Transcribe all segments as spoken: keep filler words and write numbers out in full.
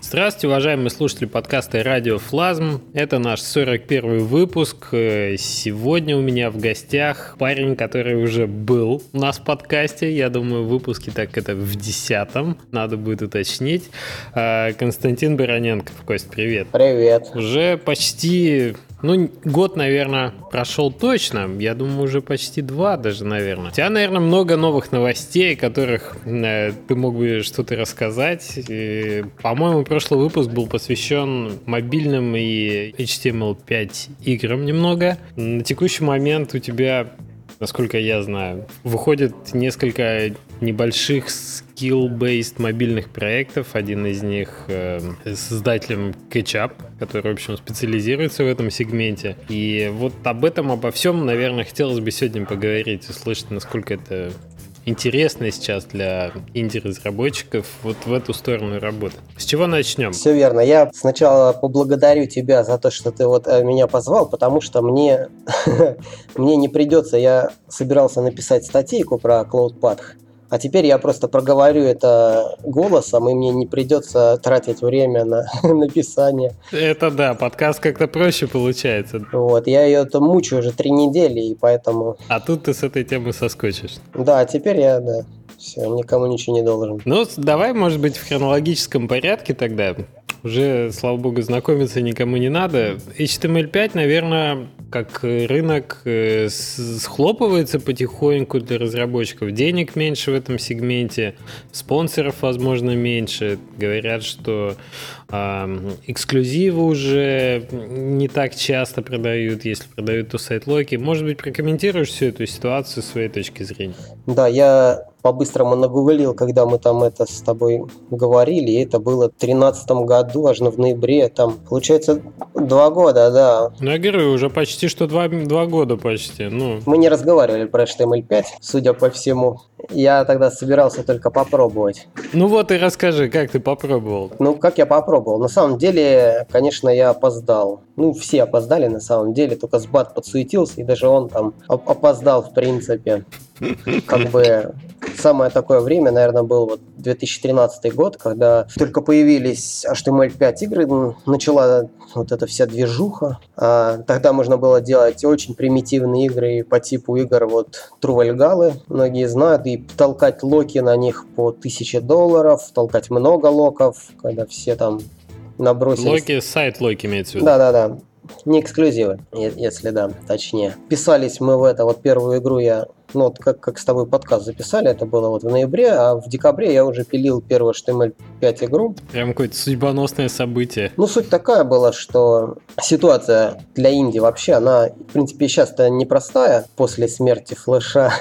Здравствуйте, уважаемые слушатели подкаста «Радио Флазм». Это наш сорок первый выпуск. Сегодня у меня в гостях парень, который уже был у нас в подкасте. Я думаю, в выпуске так это в десятом. Надо будет уточнить. Константин Бароненков. Кость, привет. Привет. Уже почти... Ну, год, наверное, прошел точно. Я думаю, уже почти два даже, наверное. У тебя, наверное, много новых новостей, о которых э, ты мог бы что-то рассказать. И, по-моему, прошлый выпуск был посвящен мобильным и эйч ти эм эл пять играм немного. На текущий момент у тебя, насколько я знаю, выходит несколько небольших skill-based мобильных проектов. Один из них э, с издателем Ketchup, который, в общем, специализируется в этом сегменте. И вот об этом, обо всем, наверное, хотелось бы сегодня поговорить, услышать, насколько это интересно сейчас для инди-разработчиков вот в эту сторону работы. С чего начнем? Все верно. Я сначала поблагодарю тебя за то, что ты вот меня позвал, потому что мне, мне не придется. Я собирался написать статейку про CloudPath, а теперь я просто проговорю это голосом, и мне не придется тратить время на написание. Это да, подкаст как-то проще получается. Вот, я ее там мучаю уже три недели, и поэтому... А тут ты с этой темы соскочишь. Да, теперь я, да, все, никому ничего не должен. Ну, давай, может быть, в хронологическом порядке тогда. Уже, слава богу, знакомиться никому не надо. эйч ти эм эл пять, наверное, как рынок схлопывается потихоньку для разработчиков. Денег меньше в этом сегменте, спонсоров, возможно, меньше. Говорят, что э, эксклюзивы уже не так часто продают, если продают, то сайт-локи. Может быть, прокомментируешь всю эту ситуацию с своей точки зрения? Да, я по-быстрому нагуглил, когда мы там это с тобой говорили, и это было в тринадцатом году, аж в ноябре, там, получается, два года, да. Ну, я говорю, уже почти что два, два года почти, ну. Мы не разговаривали про эйч ти эм эл пять, судя по всему. Я тогда собирался только попробовать. Ну вот и расскажи, как ты попробовал? Ну, как я попробовал? На самом деле, конечно, я опоздал. Ну, все опоздали на самом деле, только Сбат подсуетился, и даже он там опоздал, в принципе. Как бы самое такое время, наверное, был вот две тысячи тринадцатый год, когда только появились эйч ти эм эл пять игры, начала вот эта вся движуха. А тогда можно было делать очень примитивные игры по типу игр вот Трувальгалы, многие знают, и толкать локи на них по тысяче долларов, толкать много локов, когда все там набросились. Локи, сайт-локи имеется в виду? Да-да-да. Не эксклюзивы, если да, точнее. Писались мы в это, вот первую игру я, ну вот как, как с тобой подкаст записали, это было вот в ноябре, а в декабре я уже пилил первую эйч ти эм эл пять игру. Прям какое-то судьбоносное событие. Ну, суть такая была, что ситуация для инди вообще, она, в принципе, сейчас-то непростая после смерти Флэша,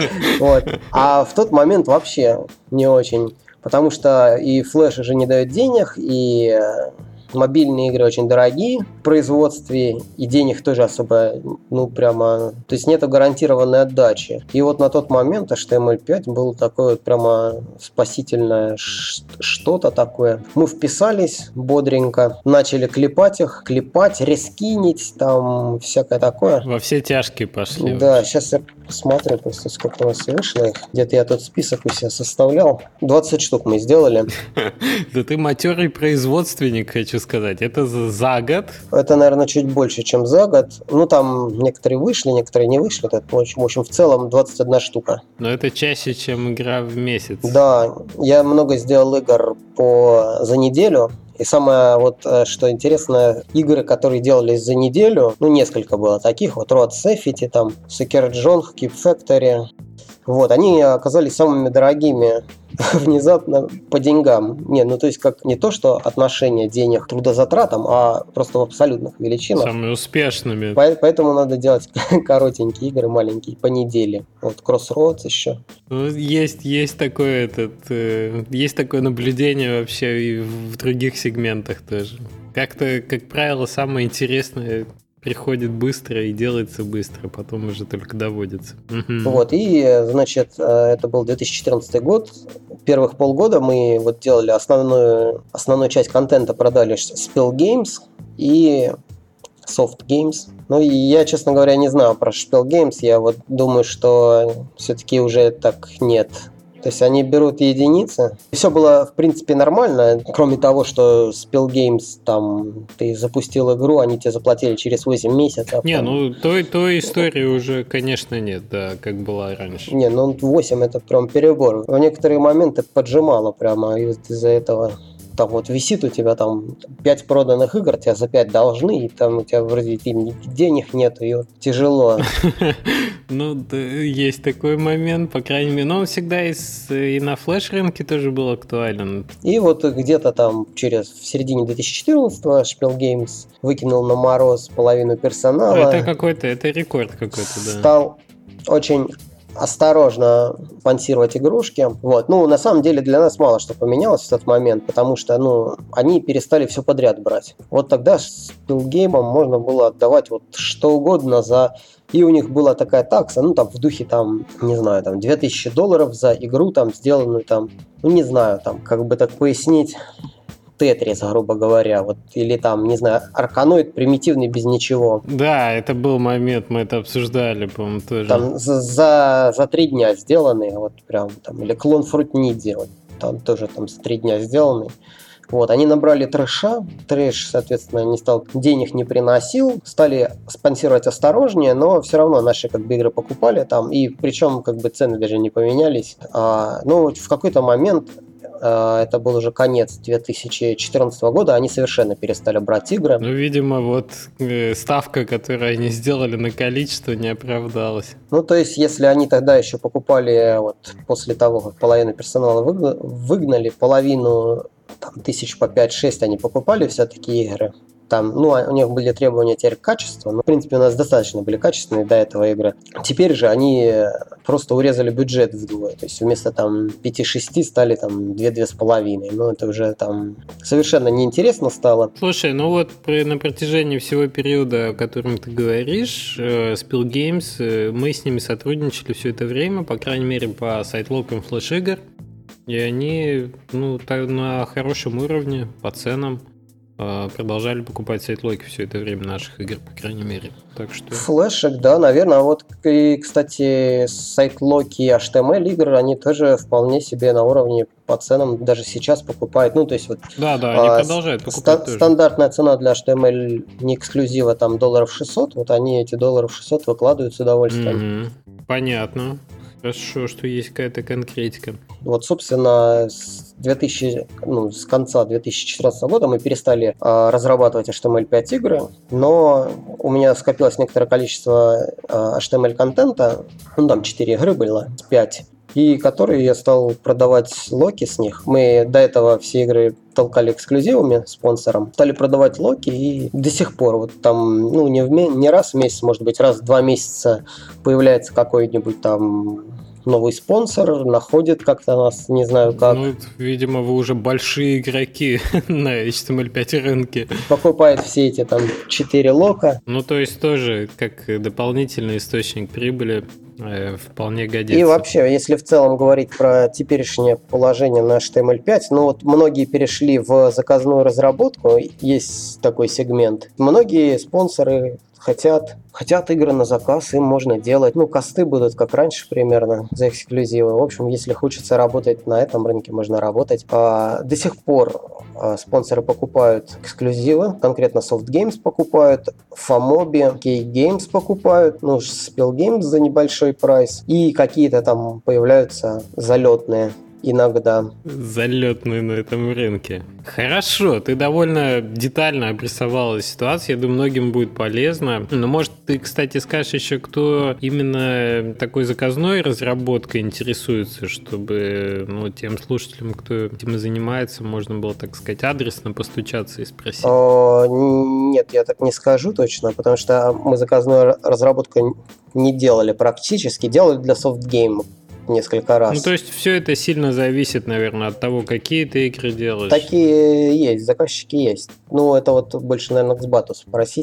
а в тот момент вообще не очень, потому что и Флэш уже не дает денег, и... Мобильные игры очень дорогие в производстве, и денег тоже особо, ну, прямо... То есть нету гарантированной отдачи. И вот на тот момент эйч ти эм эл пять был такое вот прямо спасительное что-то такое. Мы вписались бодренько, начали клепать их, клепать, рескинить, там всякое такое. Во все тяжкие пошли. Да, вообще. Сейчас я посмотрю просто, сколько у нас вышло их. Где-то я тот список у себя составлял. двадцать штук мы сделали. Да ты матерый производственник, хочу сказать. Это за год? Это, наверное, чуть больше, чем за год. Ну, там некоторые вышли, некоторые не вышли. Это, в общем, в целом двадцать одна штука. Но это чаще, чем игра в месяц. Да, я много сделал игр по... за неделю. И самое вот, что интересно, игры, которые делались за неделю, ну, несколько было таких, вот Road Safety, там, Secure John, Keep Factory, вот, они оказались самыми дорогими внезапно по деньгам. Не, ну то есть как не то, что отношение денег к трудозатратам, а просто в абсолютных величинах. Самыми успешными. По- поэтому надо делать коротенькие игры, маленькие, по неделе. Вот Crossroads еще. Ну, есть, есть такое этот, э, есть такое наблюдение вообще и в других сегментах тоже. Как-то, как правило, самое интересное приходит быстро и делается быстро, потом уже только доводится. Угу. Вот, и, значит, это был две тысячи четырнадцатый год. Первых полгода мы вот делали основную, основную часть контента, продали Spell Games и Soft Games. Ну, и я, честно говоря, не знаю про Spell Games. Я вот думаю, что все-таки уже так нет То есть они берут единицы. Все было, в принципе, нормально, кроме того, что Spill Games, там, ты запустил игру, они тебе заплатили через восемь месяцев. Не, там. ну той, той истории уже, конечно, нет, да, как была раньше. Не, ну восемь это прям перебор. В некоторые моменты поджимало прямо из-за этого. Там вот висит у тебя там пять проданных игр, тебя за пять должны, и там у тебя вроде денег нет, и вот тяжело. Ну, да, есть такой момент, по крайней мере, но он всегда и на флеш-рынке тоже был актуален. И вот где-то там через в середине две тысячи четырнадцатого Spill Games выкинул на мороз половину персонала. Это какой-то, это рекорд какой-то, да. Стал очень осторожно спонсировать игрушки. Вот. Ну, на самом деле для нас мало что поменялось в тот момент, потому что, ну, они перестали все подряд брать. Вот тогда с Spillgame можно было отдавать вот что угодно за... И у них была такая такса, ну, там, в духе, там, не знаю, там, две тысячи долларов за игру, там, сделанную, там, ну, не знаю, там, как бы так пояснить... Тетрис, грубо говоря, вот, или там, не знаю, Арканоид примитивный без ничего. Да, это был момент, мы это обсуждали, по-моему, тоже. Там за, за, за три дня сделанный, вот прям там, или клон Фрутнидзи, вот, там тоже там за три дня сделанный. Вот, они набрали трэша, трэш, соответственно, не стал, денег не приносил, стали спонсировать осторожнее, но все равно наши как бы игры покупали там, и причем как бы цены даже не поменялись. А, ну, в какой-то момент, а, это был уже конец две тысячи четырнадцатого года, они совершенно перестали брать игры. Ну, видимо, вот э, ставка, которую они сделали на количество, не оправдалась. Ну, то есть, если они тогда еще покупали, вот после того, как половину персонала выгнали, половину там, тысяч по пять-шесть они покупали все-таки игры. Там, ну, у них были требования теперь к качеству, но, в принципе, у нас достаточно были качественные до этого игры. Теперь же они просто урезали бюджет вдвое, то есть вместо там пяти-шести стали там две-две с половиной, ну, это уже там совершенно неинтересно стало. Слушай, ну вот при, на протяжении всего периода, о котором ты говоришь, э, Spill Games, э, мы с ними сотрудничали все это время, по крайней мере, по сайтлокам флеш-игр, и они, ну, так, на хорошем уровне, по ценам, продолжали покупать сайтлоки все это время наших игр, по крайней мере. Так что... Флешек, да, наверное. Вот, и, кстати, сайтлоки эйч ти эм эль игр, они тоже вполне себе на уровне по ценам даже сейчас покупают. Ну, то есть вот... Да, да, они а, продолжают покупать ста- тоже. Стандартная цена для эйч ти эм эль не эксклюзива, там, долларов шестьсот, вот они эти долларов шестьсот выкладывают с удовольствием. Mm-hmm. Понятно. Хорошо, что есть какая-то конкретика. Вот, собственно, с, двухтысячного, ну, с конца две тысячи четырнадцатого года мы перестали э, разрабатывать эйч ти эм эль пять игры, но у меня скопилось некоторое количество э, эйч ти эм эль-контента, ну, там четыре игры было, пять, и которые я стал продавать локи с них. Мы до этого все игры толкали эксклюзивами спонсором, стали продавать локи, и до сих пор вот там, ну, не, в, не раз в месяц, может быть, раз в два месяца появляется какой-нибудь там новый спонсор, находит как-то нас, не знаю как. Ну, видимо, вы уже большие игроки на эйч ти эм эль пять рынке. Покупает все эти там четыре лока. Ну, то есть тоже как дополнительный источник прибыли э, вполне годится. И вообще, если в целом говорить про теперешнее положение на эйч ти эм эль пять, ну вот многие перешли в заказную разработку, есть такой сегмент. Многие спонсоры хотят, хотят игры на заказ, им можно делать. Ну, косты будут как раньше примерно за эксклюзивы. В общем, если хочется работать на этом рынке, можно работать. А, до сих пор а, спонсоры покупают эксклюзивы, конкретно Soft Games покупают, Famobi, K-Games покупают, ну, Spill Games за небольшой прайс, и какие-то там появляются залетные. Иногда. Залетные на этом рынке. Хорошо, ты довольно детально обрисовала ситуацию. Я думаю, многим будет полезно. Но, может, ты, кстати, скажешь еще, кто именно такой заказной разработкой интересуется, чтобы, ну, тем слушателям, кто этим занимается, можно было, так сказать, адресно постучаться и спросить. О, нет, я так не скажу точно, потому что мы заказную разработку не делали практически, делали для софтгейма несколько раз. Ну, то есть все это сильно зависит, наверное, от того, какие ты игры делаешь. Такие есть, заказчики есть. Ну, это вот больше, наверное, к Сбату спросить.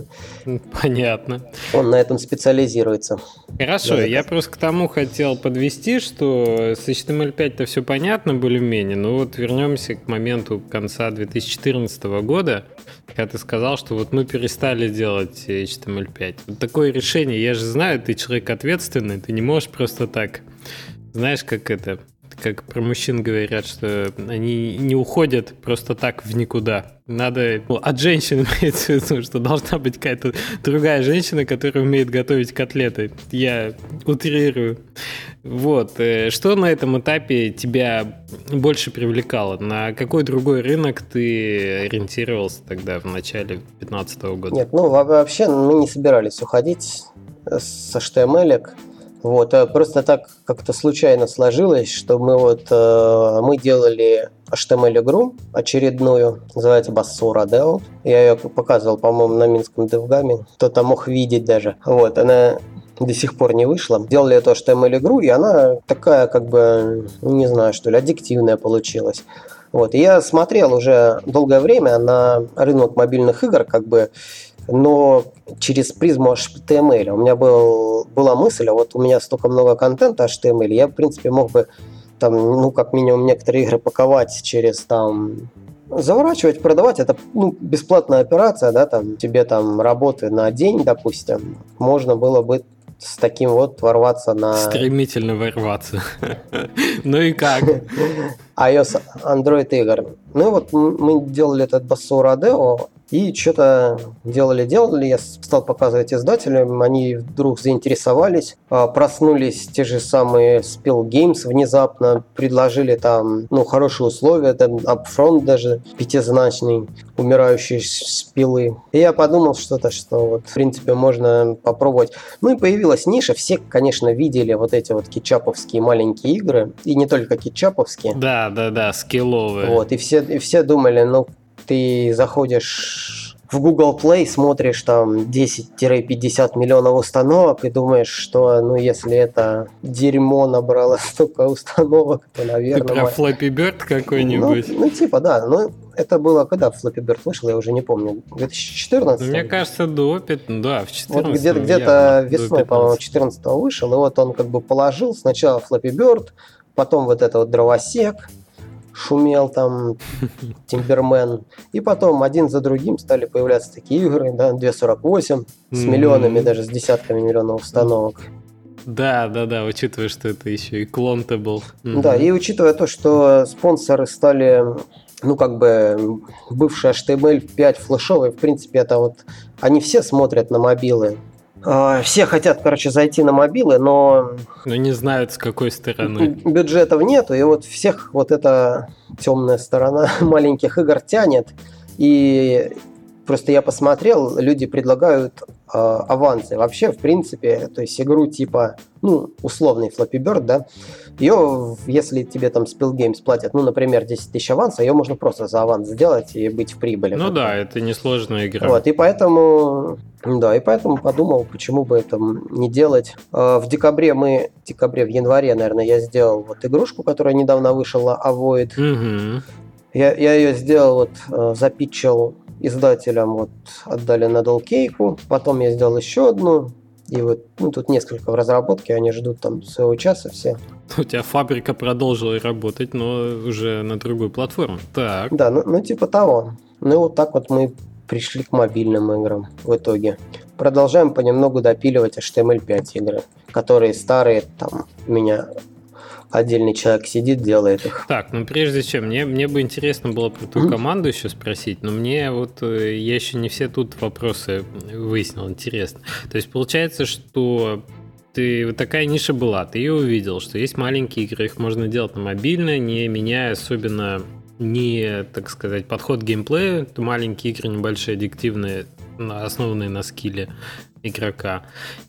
Понятно. Он на этом специализируется. Хорошо, я просто к тому хотел подвести, что с эйч ти эм эль пять-то все понятно более-менее, но вот вернемся к моменту конца две тысячи четырнадцатого года, когда ты сказал, что вот мы перестали делать эйч ти эм эль пять. Вот такое решение, я же знаю, ты человек ответственный, ты не можешь просто так, знаешь, как это, как про мужчин говорят, что они не уходят просто так в никуда. Надо, ну, от женщин имеется в виду, что должна быть какая-то другая женщина, которая умеет готовить котлеты. Я утрирую. Вот. Что на этом этапе тебя больше привлекало? На какой другой рынок ты ориентировался тогда в начале две тысячи пятнадцатого года? Нет, ну вообще мы не собирались уходить с эйч ти эм эл. Вот, просто так как-то случайно сложилось, что мы вот э, мы делали эйч ти эм эл-игру очередную, называется Basso Rodeo. Я ее показывал, по-моему, на Минском DevGam'е. Кто-то мог видеть даже. Вот, она до сих пор не вышла. Делали эту эйч ти эм эл-игру, и она такая, как бы, не знаю, что ли, аддиктивная получилась. Вот, и я смотрел уже долгое время на рынок мобильных игр, как бы, но через призму эйч ти эм эл. У меня был, была мысль, а вот у меня столько много контента эйч ти эм эл, я, в принципе, мог бы там, ну, как минимум, некоторые игры паковать через там заворачивать, продавать. Это, ну, бесплатная операция, да, там тебе там работы на день, допустим, можно было бы с таким вот ворваться на... Стремительно ворваться. Ну и как? iOS, Android игр. Ну и вот мы делали этот Basso Rodeo, и что-то делали-делали, я стал показывать издателям, они вдруг заинтересовались, проснулись те же самые Spill Games внезапно, предложили там, ну, хорошие условия, там upfront даже пятизначный, умирающие спилы. И я подумал что-то, что вот, в принципе, можно попробовать. Ну и появилась ниша, все, конечно, видели вот эти вот кетчаповские маленькие игры, и не только кетчаповские. Да, да, да, скилловые. Вот, и все, и все думали, ну, ты заходишь в Google Play, смотришь там десять-пятьдесят миллионов установок и думаешь, что, ну, если это дерьмо набрало столько установок, то, наверное... Ты про Flappy Bird какой-нибудь? Ну, ну, типа, да. Ну, это было, когда Flappy Bird вышел, я уже не помню. две тысячи четырнадцатом? Мне кажется, до пятнадцатого, да, в четырнадцатом. Вот где-то, где-то весной, по-моему, четырнадцатого вышел, и вот он как бы положил сначала Flappy Bird, потом вот это вот дровосек, шумел там Timberman, и потом один за другим стали появляться такие игры, да, две сорок восемь с миллионами, даже с десятками миллионов установок. Да, да, да, учитывая, что это еще и клон-то был. Да, и учитывая то, что спонсоры стали, ну, как бы, бывший эйч ти эм эл пять флешовый, в принципе, это вот, они все смотрят на мобилы. Все хотят, короче, зайти на мобилы, но... Но не знают, с какой стороны. Бюджетов нету, и вот всех вот эта темная сторона маленьких игр тянет. И просто я посмотрел, люди предлагают э, авансы. Вообще, в принципе, то есть игру типа, ну, условный Flappy Bird, да, ее, если тебе там Spill Games платят, ну, например, десять тысяч аванса, ее можно просто за аванс сделать и быть в прибыли. Ну да, это несложная игра. Вот, и поэтому... Да, и поэтому подумал, почему бы это не делать. В декабре мы, в декабре, в январе, наверное, я сделал вот игрушку, которая недавно вышла, Avoid. Угу. Я, я ее сделал, вот, запитчил издателям, вот, отдали на долкейку. Потом я сделал еще одну. И вот, ну, тут несколько в разработке, они ждут там своего часа все. У тебя фабрика продолжила работать, но уже на другую платформу. Так. Да, ну, ну типа того. Ну и вот так вот мы пришли к мобильным играм в итоге. Продолжаем понемногу допиливать эйч ти эм эл пять игры, которые старые, там у меня отдельный человек сидит, делает их. Так, ну прежде чем, мне, мне бы интересно было про твою команду еще спросить, но мне вот, я еще не все тут вопросы выяснил, интересно. То есть получается, что ты, вот такая ниша была, ты ее увидел, что есть маленькие игры, их можно делать на мобильно, не меняя особенно... не, так сказать, подход к геймплею, это маленькие игры, небольшие, аддиктивные, основанные на скилле игрока,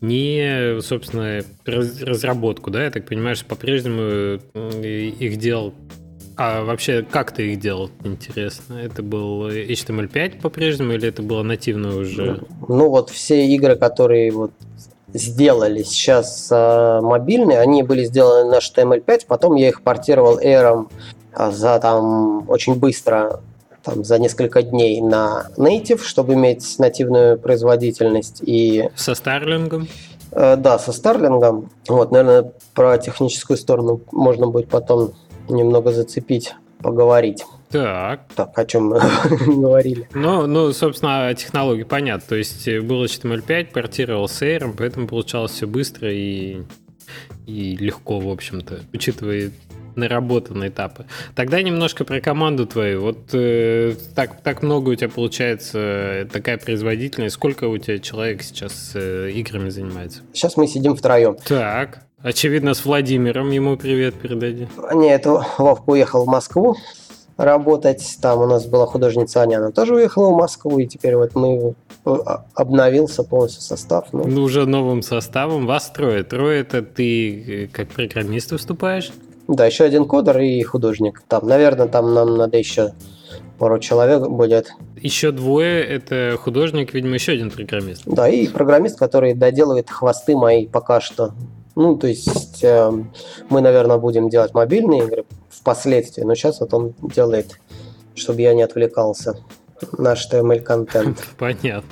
не, собственно, раз, разработку, да, я так понимаю, что по-прежнему их делал. А вообще, как ты их делал, интересно? Это был эйч ти эм эл пять по-прежнему или это было нативно уже? Ну вот все игры, которые вот сделали сейчас э, мобильные, они были сделаны на эйч ти эм эл пять, потом я их портировал Air за там очень быстро, там, за несколько дней на Native, чтобы иметь нативную производительность. И, со Старлингом? Э, да, со Старлингом. Вот, наверное, про техническую сторону можно будет потом немного зацепить, поговорить. Так. Так, о чем мы говорили? Ну, ну, собственно, технологии понятно. То есть был эйч ти эм эл пять, портировал с Air, поэтому получалось все быстро и, и легко, в общем-то. Учитывая наработаны этапы. Тогда немножко про команду твою. Вот э, так, так много у тебя получается, такая производительность. Сколько у тебя человек сейчас э, играми занимается? Сейчас мы сидим втроем. Так, очевидно, с Владимиром, ему привет передади. Нет, Вовка уехал в Москву работать. Там у нас была художница Аня, она тоже уехала в Москву, и теперь вот мы обновился полностью состав. Ну, ну уже новым составом. Вас трое. Трое это ты как программист выступаешь? Да, еще один кодер и художник. Там, наверное, там нам надо еще пару человек будет. Еще двое, это художник, видимо, еще один программист. Да, и программист, который доделывает хвосты мои пока что. Ну, то есть э, мы, наверное, будем делать мобильные игры впоследствии, но сейчас вот он делает, чтобы я не отвлекался на эйч ти эм эль-контент. Понятно.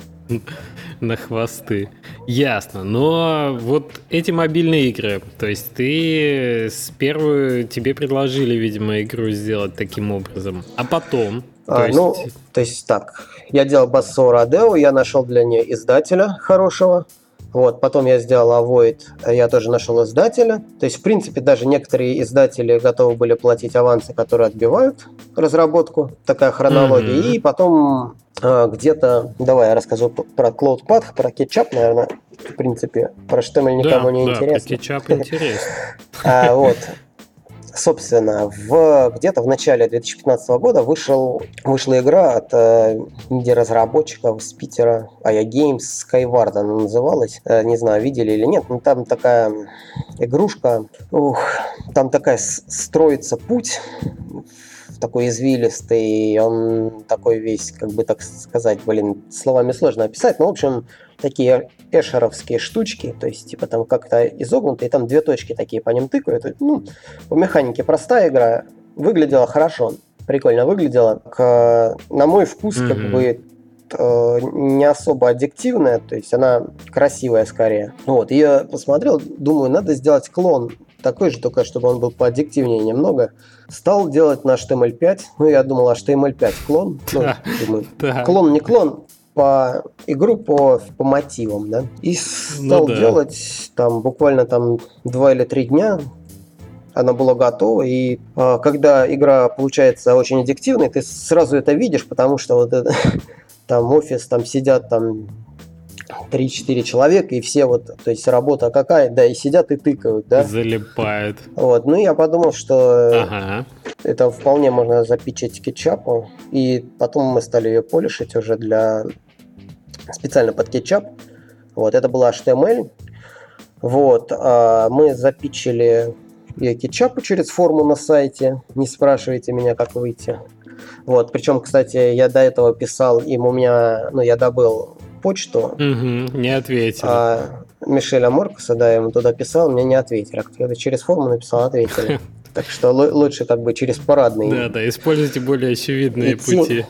На хвосты. Ясно. Но вот эти мобильные игры, то есть ты с первую, тебе предложили, видимо, игру сделать таким образом, а потом... А, то есть... Ну, то есть так, я делал Basso Rodeo, я нашел для нее издателя хорошего. Вот, потом я сделал Avoid, я тоже нашел издателя. То есть, в принципе, даже некоторые издатели готовы были платить авансы, которые отбивают разработку. Такая хронология. Mm-hmm. И потом э, где-то... Давай я расскажу про CloudPath, про кетчап, наверное. В принципе, про эйч ти эм эль никому да, не да, интересно. Про кетчап интересно. А, вот. Собственно, в, где-то в начале две тысячи пятнадцатого года вышел, вышла игра от э, инди-разработчиков из Питера, Aya Games, Skyward она называлась. Э, не знаю, видели или нет, но там такая игрушка, ух, там такая с- строится путь такой извилистый, он такой весь, как бы так сказать, блин, словами сложно описать, но, в общем, такие эшеровские штучки, то есть, типа, там как-то изогнутые, и там две точки такие по ним тыкают. Ну, по механике простая игра, выглядела хорошо, прикольно выглядела. К, на мой вкус, mm-hmm. как бы, э, не особо аддиктивная, то есть, она красивая скорее. Вот, я посмотрел, думаю, надо сделать клон такой же, только чтобы он был поаддиктивнее немного. Стал делать на эйч ти эм эль пять. Ну, я думал, эйч ти эм эль пять клон. Ну, думаю, клон не клон, по игру по, по мотивам, да. И стал ну, да. делать там буквально там два или три дня. Она была готова. И а, когда игра получается очень аддиктивной, ты сразу это видишь, потому что вот это, там офис, там сидят там три-четыре человека, и все вот, то есть работа какая, да, и сидят и тыкают, да. Залипают. Вот, ну я подумал, что ага. это вполне можно запичить кетчапу, и потом мы стали ее полишить уже для, специально под кетчап. Вот, это была эйч ти эм эль. Вот, а мы запичили ее кетчапу через форму на сайте, не спрашивайте меня, как выйти. Вот, причем, кстати, я до этого писал им, у меня, ну, я добыл почту. Угу, не ответили. А Мишеля Моркуса, да, я ему туда писал, мне не ответили. А когда через форму написал, ответили. Так что л- лучше как бы через парадные. Да, да, используйте более очевидные идти. Пути.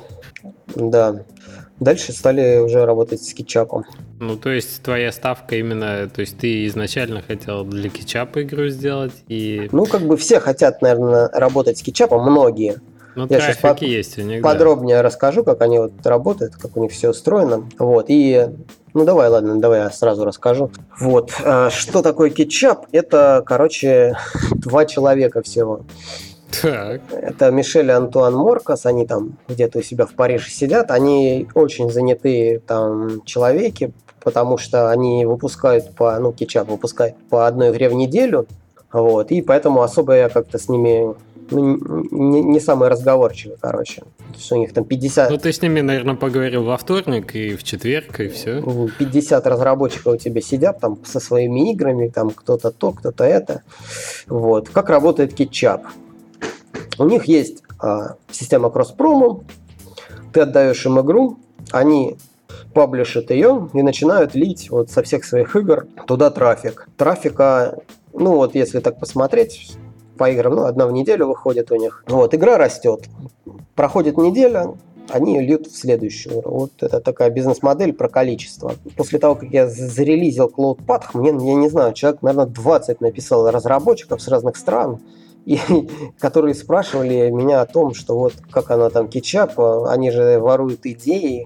Да. Дальше стали уже работать с кетчапом. Ну, то есть твоя ставка именно, то есть ты изначально хотел для кетчапа игру сделать и... Ну, как бы все хотят, наверное, работать с кетчапом, многие. Ну, я сейчас под... есть у них, подробнее да. расскажу, как они вот работают, как у них все устроено. Вот, и, ну, давай, ладно, давай я сразу расскажу. Вот, что такое кетчап? Это, короче, два человека всего. Так. Это Мишель и Антуан Моркас, они там где-то у себя в Париже сидят, они очень занятые там человеки, потому что они выпускают по, ну, кетчап выпускают по одной игре в неделю, вот, и поэтому особо я как-то с ними... Ну, не, не самый разговорчивый, короче. То есть у них там пятьдесят... Ну, ты с ними, наверное, поговорил во вторник и в четверг, и все. пятьдесят разработчиков у тебя сидят там со своими играми, там кто-то то, кто-то это. Вот. Как работает кетчап? У них есть а, система кросс-промо. Ты отдаешь им игру, они паблишат ее и начинают лить вот со всех своих игр туда трафик. Трафика, ну вот если так посмотреть... по играм, ну, одна в неделю выходит у них. Вот, игра растет. Проходит неделя, они льют в следующую. Вот это такая бизнес-модель про количество. После того, как я зарелизил CloudPath, мне, я не знаю, человек, наверное, двадцать написал разработчиков с разных стран, и, которые спрашивали меня о том, что вот как она там кетчап, они же воруют идеи.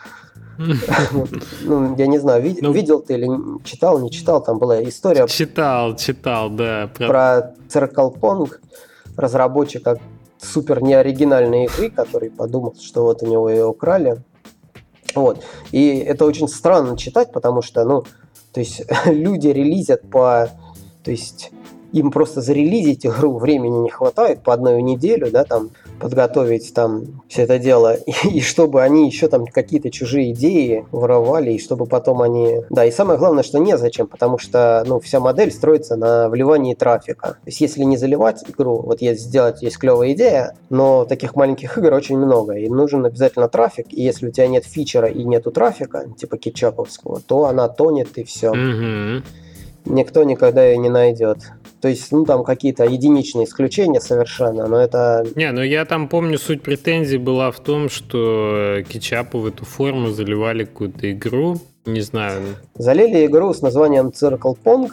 Ну, я не знаю, вид- ну, видел ты или читал, не читал, там была история... Читал, читал, да. Про Circle Pong. разработчика супер неоригинальной игры, который подумал, что вот у него ее украли. Вот. И это очень странно читать, потому что, ну, то есть люди релизят по... То есть им просто зарелизить игру времени не хватает по одной неделю, да, там, подготовить там все это дело, и, и чтобы они еще там какие-то чужие идеи воровали, и чтобы потом они... Да, и самое главное, что незачем, потому что, ну, вся модель строится на вливании трафика. То есть если не заливать игру, вот есть сделать, есть клевая идея, но таких маленьких игр очень много, и нужен обязательно трафик, и если у тебя нет фичера и нету трафика, типа кетчаповского, то она тонет, и все. Mm-hmm. Никто никогда ее не найдет. То есть, ну, там какие-то единичные исключения совершенно, но это... Не, ну я там помню, суть претензий была в том, что кетчапу в эту форму заливали какую-то игру, не знаю. Залили игру с названием Circle Pong,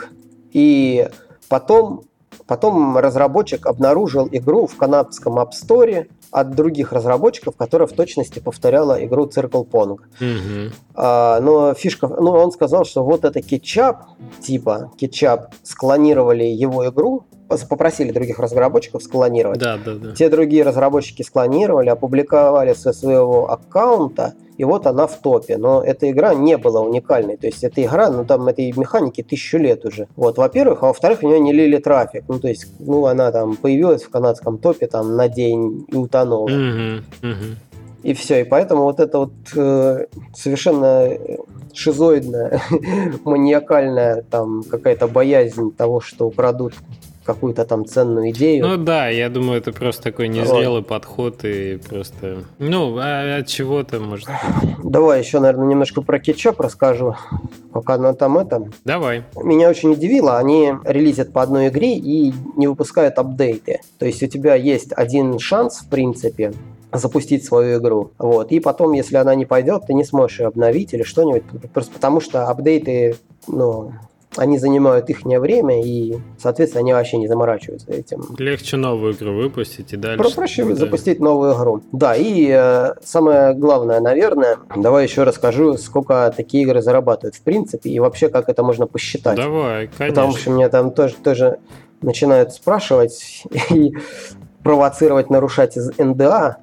и потом, потом разработчик обнаружил игру в канадском App Store от других разработчиков, которая в точности повторяла игру Circle Pong. Mm-hmm. А, но фишка... Ну, он сказал, что вот это кетчап, типа кетчап, склонировали его игру, попросили других разработчиков склонировать. Да, да, да. Те другие разработчики склонировали, опубликовали со своего аккаунта, и вот она в топе. Но эта игра не была уникальной. То есть эта игра, ну там этой механики тысячу лет уже. Вот, во-первых, а во-вторых, у нее не лили трафик. Ну, то есть, ну, она там появилась в канадском топе там на день и утонула. Mm-hmm. Mm-hmm. И все. И поэтому вот это вот э, совершенно шизоидная, маниакальная там какая-то боязнь того, что украдут какую-то там ценную идею. Ну да, я думаю, это просто такой незрелый вот. подход и просто... Ну, а от чего-то, может быть. Давай еще, наверное, немножко про кетчап расскажу, пока она там это... Давай. Меня очень удивило, они релизят по одной игре и не выпускают апдейты. То есть у тебя есть один шанс, в принципе, запустить свою игру. Вот. И потом, если она не пойдет, ты не сможешь ее обновить или что-нибудь. Просто потому что апдейты, ну... они занимают их время, и, соответственно, они вообще не заморачиваются этим. Легче новую игру выпустить и дальше. Про проще да. запустить новую игру. Да, и э, самое главное, наверное, давай еще расскажу, сколько такие игры зарабатывают в принципе, и вообще, как это можно посчитать. Давай, конечно. Потому что меня там тоже, тоже начинают спрашивать и провоцировать нарушать из эн дэ а,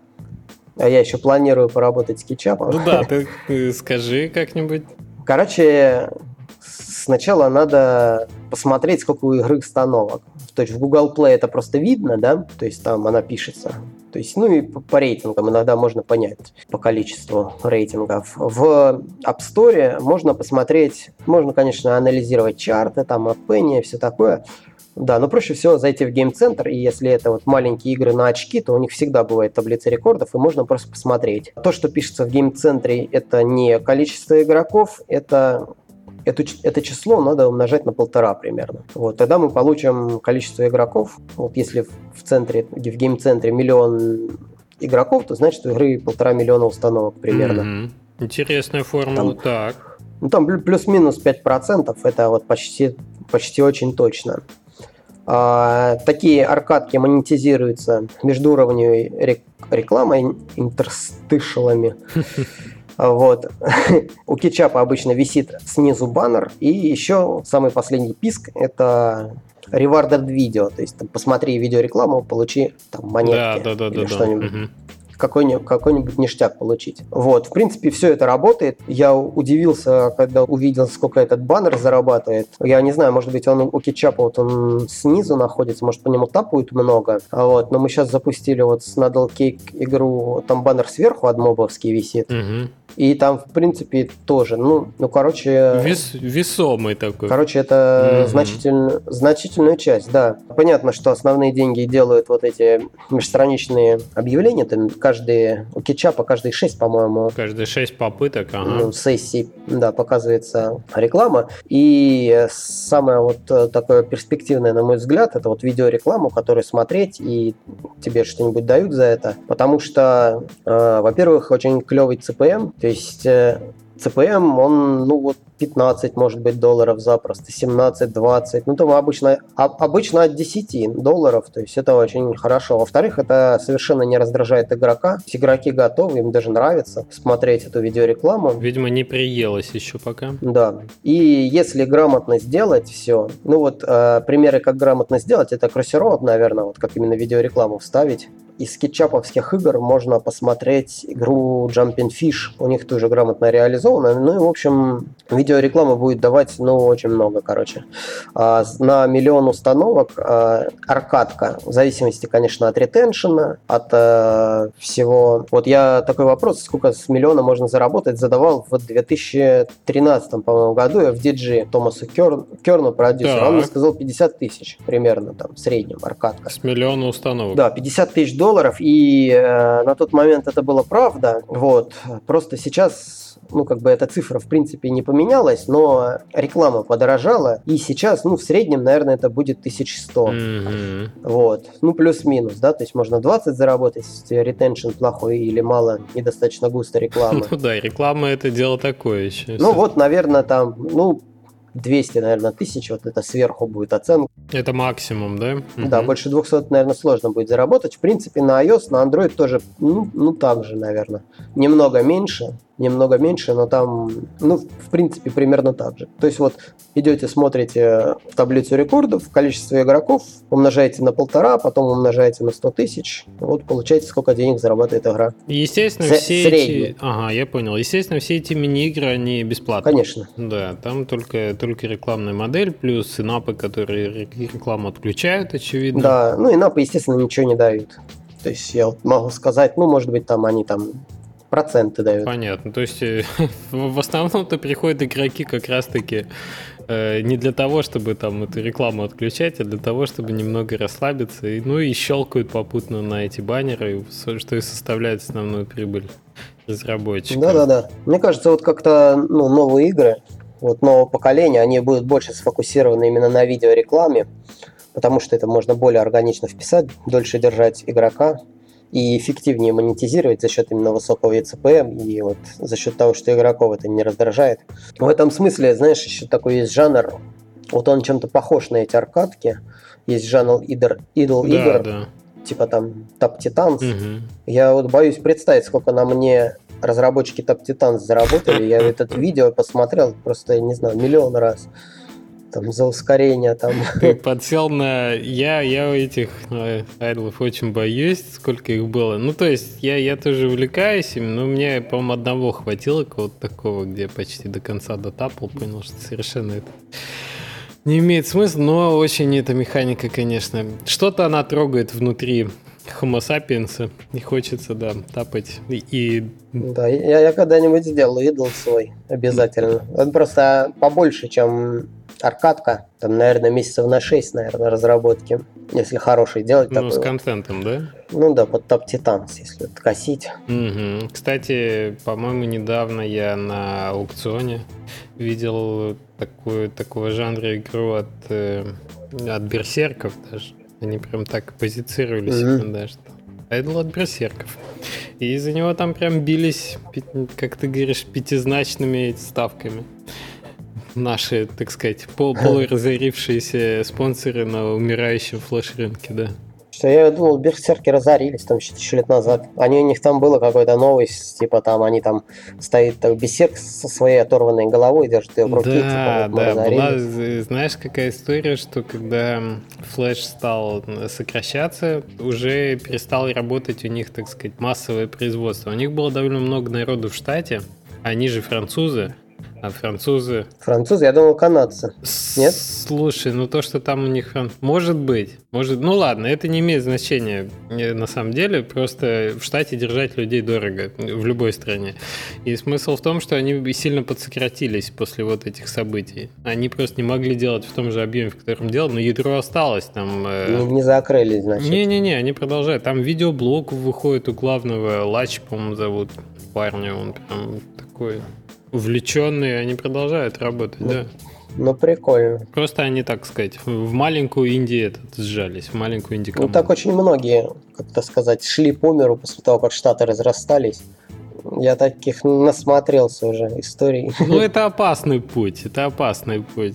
а я еще планирую поработать с кетчапом. Ну да, ты, ты скажи как-нибудь. Короче... Сначала надо посмотреть, сколько у игры установок. То есть в Google Play это просто видно, да, то есть там она пишется. То есть, ну и по, по рейтингам иногда можно понять по количеству рейтингов. В App Store можно посмотреть, можно, конечно, анализировать чарты, там, App, все такое. Да, но проще всего зайти в Game Center, и если это вот маленькие игры на очки, то у них всегда бывает таблица рекордов, и можно просто посмотреть. То, что пишется в Game Center, это не количество игроков, это... Это, это число надо умножать на полтора примерно. Вот, тогда мы получим количество игроков. Вот если в центре, в гейм-центре миллион игроков, то значит у игры полтора миллиона установок примерно. Mm-hmm. Интересная формула. Там, так. Ну там плюс-минус пять процентов, это вот почти, почти очень точно. А, такие аркадки монетизируются междууровневой рекламой, интерстишалами. Вот. У кетчапа обычно висит снизу баннер, и еще самый последний писк – это rewarded видео, то есть там, посмотри видеорекламу, получи там монетки да, да, да, или да, что-нибудь. Да. Какой-нибудь, какой-нибудь ништяк получить. Вот, в принципе, все это работает. Я удивился, когда увидел, сколько этот баннер зарабатывает. Я не знаю, может быть, он у кетчапа вот он снизу находится, может, по нему тапают много. Вот, но мы сейчас запустили вот с Надal Cake игру, там баннер сверху адмобовский висит. Угу. И там, в принципе, тоже, ну, ну короче... Вес, весомый такой. Короче, это угу. значитель, значительную часть, да. Понятно, что основные деньги делают вот эти межстраничные объявления, там каждые, у кетчапа каждые шесть, по-моему... Каждые шесть попыток, ага. Ну, сессий, да, показывается реклама. И самое вот такое перспективное, на мой взгляд, это вот видеорекламу, которую смотреть, и тебе что-нибудь дают за это. Потому что, э, во-первых, очень клевый си пи эм, то есть э, си пи эм, он, ну вот, пятнадцать, может быть, долларов запросто, семнадцать-двадцать. Ну, там обычно, а, обычно от десяти долларов, то есть это очень хорошо. Во-вторых, это совершенно не раздражает игрока. Игроки готовы, им даже нравится смотреть эту видеорекламу. Видимо, не приелось еще пока. Да. И если грамотно сделать все, ну вот э, примеры, как грамотно сделать, это Crossy-Road, наверное, вот как именно видеорекламу вставить. Из кетчаповских игр можно посмотреть игру Jumping Fish. У них тоже грамотно реализовано. Ну и, в общем, видеореклама будет давать, ну, очень много, короче. А, на миллион установок а, аркадка. В зависимости, конечно, от ретеншена, от а, всего. Вот я такой вопрос, сколько с миллиона можно заработать, задавал в две тысячи тринадцатом, по-моему, году я в ди джи Томасу Кер... Керну, продюсеру. Он мне сказал пятьдесят тысяч примерно, там, в среднем аркадка. С миллиона установок. Да, пятьдесят тысяч долларов. долларов, и э, на тот момент это было правда, вот, просто сейчас, ну, как бы эта цифра, в принципе, не поменялась, но реклама подорожала, и сейчас, ну, в среднем, наверное, это будет тысяча сто, mm-hmm. вот, ну, плюс-минус, да, то есть можно двадцать заработать, если ретеншн плохой или мало, недостаточно густо рекламы. Ну да, реклама это дело такое еще. Ну вот, наверное, там, ну, двести, наверное, тысяч, вот это сверху будет оценка. Это максимум, да? Да, угу. Больше двухсот, наверное, сложно будет заработать. В принципе, на iOS, на Android тоже, ну, ну так же, наверное. Немного меньше, немного меньше, но там, ну, в принципе, примерно так же. То есть вот идете, смотрите таблицу рекордов, количество игроков, умножаете на полтора, потом умножаете на сто тысяч, вот получаете, сколько денег зарабатывает игра. Естественно, С- все средний. эти... Ага, я понял. Естественно, все эти мини-игры, они бесплатные. Конечно. Да, там только, только рекламная модель, плюс инапы, которые рекламу отключают, очевидно. Да, ну инапы, естественно, ничего не дают. То есть я вот могу сказать, ну, может быть, там они там проценты дают. Понятно. То есть в основном-то приходят игроки как раз-таки э, не для того, чтобы там эту рекламу отключать, а для того, чтобы немного расслабиться. И, ну и щелкают попутно на эти баннеры, что и составляет основную прибыль разработчиков. Да-да-да. Мне кажется, вот как-то ну, новые игры, вот нового поколения, они будут больше сфокусированы именно на видеорекламе, потому что это можно более органично вписать, дольше держать игрока и эффективнее монетизировать за счет именно высокого и си пи эм и вот за счет того, что игроков это не раздражает. В этом смысле, знаешь, еще такой есть жанр, вот он чем-то похож на эти аркадки, есть жанр идол, идол да, игр, да. типа там Top Titans. Угу. Я вот боюсь представить, сколько на мне разработчики Top Titans заработали. Я этот видео посмотрел просто, не знаю, миллион раз. Там за ускорение там. Ты подсел на... Я, я у этих э, айдлов очень боюсь, сколько их было. Ну, то есть, я, я тоже увлекаюсь им, но мне, по-моему, одного хватило, кого-то такого, где почти до конца дотапал, понял, что совершенно это не имеет смысла, но очень эта механика, конечно. Что-то она трогает внутри Homo sapiens, и хочется, да, тапать. И, и... Да, я, я когда-нибудь сделаю идол свой, обязательно. Он просто побольше, чем... аркадка, там, наверное, месяцев на шесть, наверное, разработки, если хороший делать. Ну, такой с вот. контентом, да? Ну да, под Top Titans, если вот косить. Угу. Кстати, по-моему, недавно я на аукционе видел такую, такого жанра игру от, э, от берсерков даже. Они прям так позицировали себя mm-hmm. даже. Айдл от берсерков. И из-за него там прям бились, как ты говоришь, пятизначными ставками. Наши, так сказать, пол- полуразорившиеся спонсоры на умирающем флеш-рынке, да. Что я думал, берсерки разорились там еще тысячу лет назад. Они, у них там было какой-то новость, типа там они там стоит так, берсерк со своей оторванной головой, держит ее в руке. Да, типа, вот, да, была, знаешь, какая история, что когда флеш стал сокращаться, уже перестало работать у них, так сказать, массовое производство. У них было довольно много народу в штате, они же французы. А французы... Французы? Я думал, канадцы. Нет? Слушай, ну то, что там у них... Может быть. Может... Ну ладно, это не имеет значения на самом деле. Просто в штате держать людей дорого. В любой стране. И смысл в том, что они сильно подсократились после вот этих событий. Они просто не могли делать в том же объеме, в котором делали, но ядро осталось. Там... Не, не закрылись, значит. Не-не-не, они продолжают. Там видеоблог выходит у главного. Лач, по-моему, зовут парня. Он прям такой... Увлеченные, они продолжают работать, ну, да. Ну, прикольно. Просто они, так сказать, в маленькую Индию этот сжались, в маленькую Индию. Ну, так очень многие, как-то сказать, шли по миру после того, как Штаты разрастались. Я таких насмотрелся уже историй. Ну, это опасный путь, это опасный путь.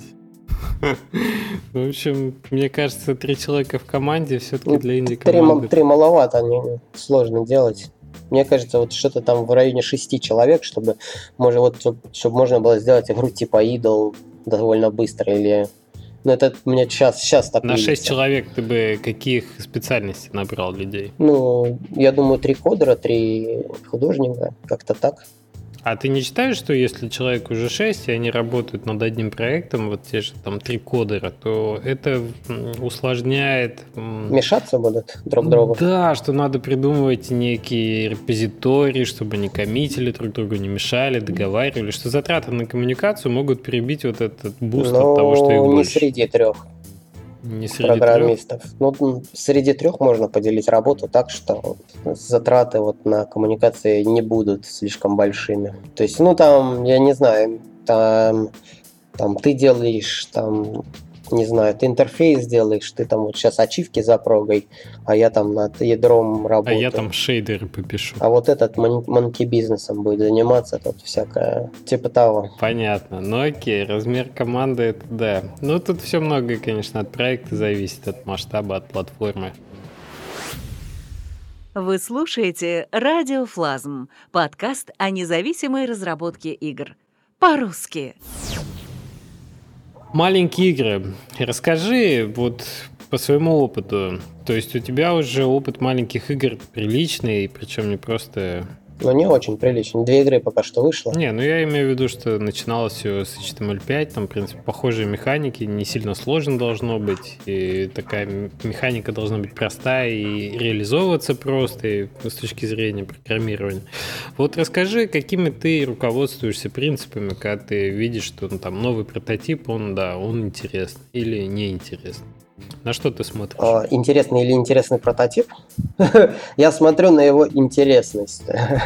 В общем, мне кажется, три человека в команде все-таки для инди-команды. Три маловато, они сложно делать. Мне кажется, вот что-то там в районе шести человек, чтобы, может, вот, чтобы можно было сделать игру типа Idle довольно быстро, или... Ну, это мне сейчас, сейчас так На видится. шесть человек ты бы каких специальностей набрал людей? Ну, я думаю, три кодера, три художника, как-то так. А ты не считаешь, что если человек уже шесть, и они работают над одним проектом, вот те же там три кодера, то это усложняет... Мешаться будут друг к другу? Да, что надо придумывать некие репозитории, чтобы они коммитили друг другу, не мешали, договаривали, что затраты на коммуникацию могут перебить вот этот буст Но от того, что их не больше. среди трех. Не среди программистов. Трех? Ну, среди трех можно поделить работу так, что затраты вот на коммуникации не будут слишком большими. То есть, ну там, я не знаю, там, там ты делаешь, там, не знаю, ты интерфейс делаешь, ты там вот сейчас ачивки запрогай, а я там над ядром работаю. А я там шейдеры попишу. А вот этот манки бизнесом будет заниматься, тут всякое, типа того. Понятно. Ну окей, размер команды это да. Ну тут все многое, конечно, от проекта зависит, от масштаба, от платформы. Вы слушаете «Радио Флазм» – подкаст о независимой разработке игр. По-русски. Маленькие игры. Расскажи вот по своему опыту. То есть у тебя уже опыт маленьких игр приличный, причем не просто... Ну, не очень прилично. Две игры пока что вышло. Не, ну я имею в виду, что начиналось все с эйч ти эм эль пять, там, в принципе, похожие механики, не сильно сложно должно быть, и такая механика должна быть простая и реализовываться просто и с точки зрения программирования. Вот расскажи, какими ты руководствуешься принципами, когда ты видишь, что ну, там новый прототип, он, да, он интересный или неинтересный. На что ты смотришь? Интересный или интересный прототип? Я смотрю на его интересность.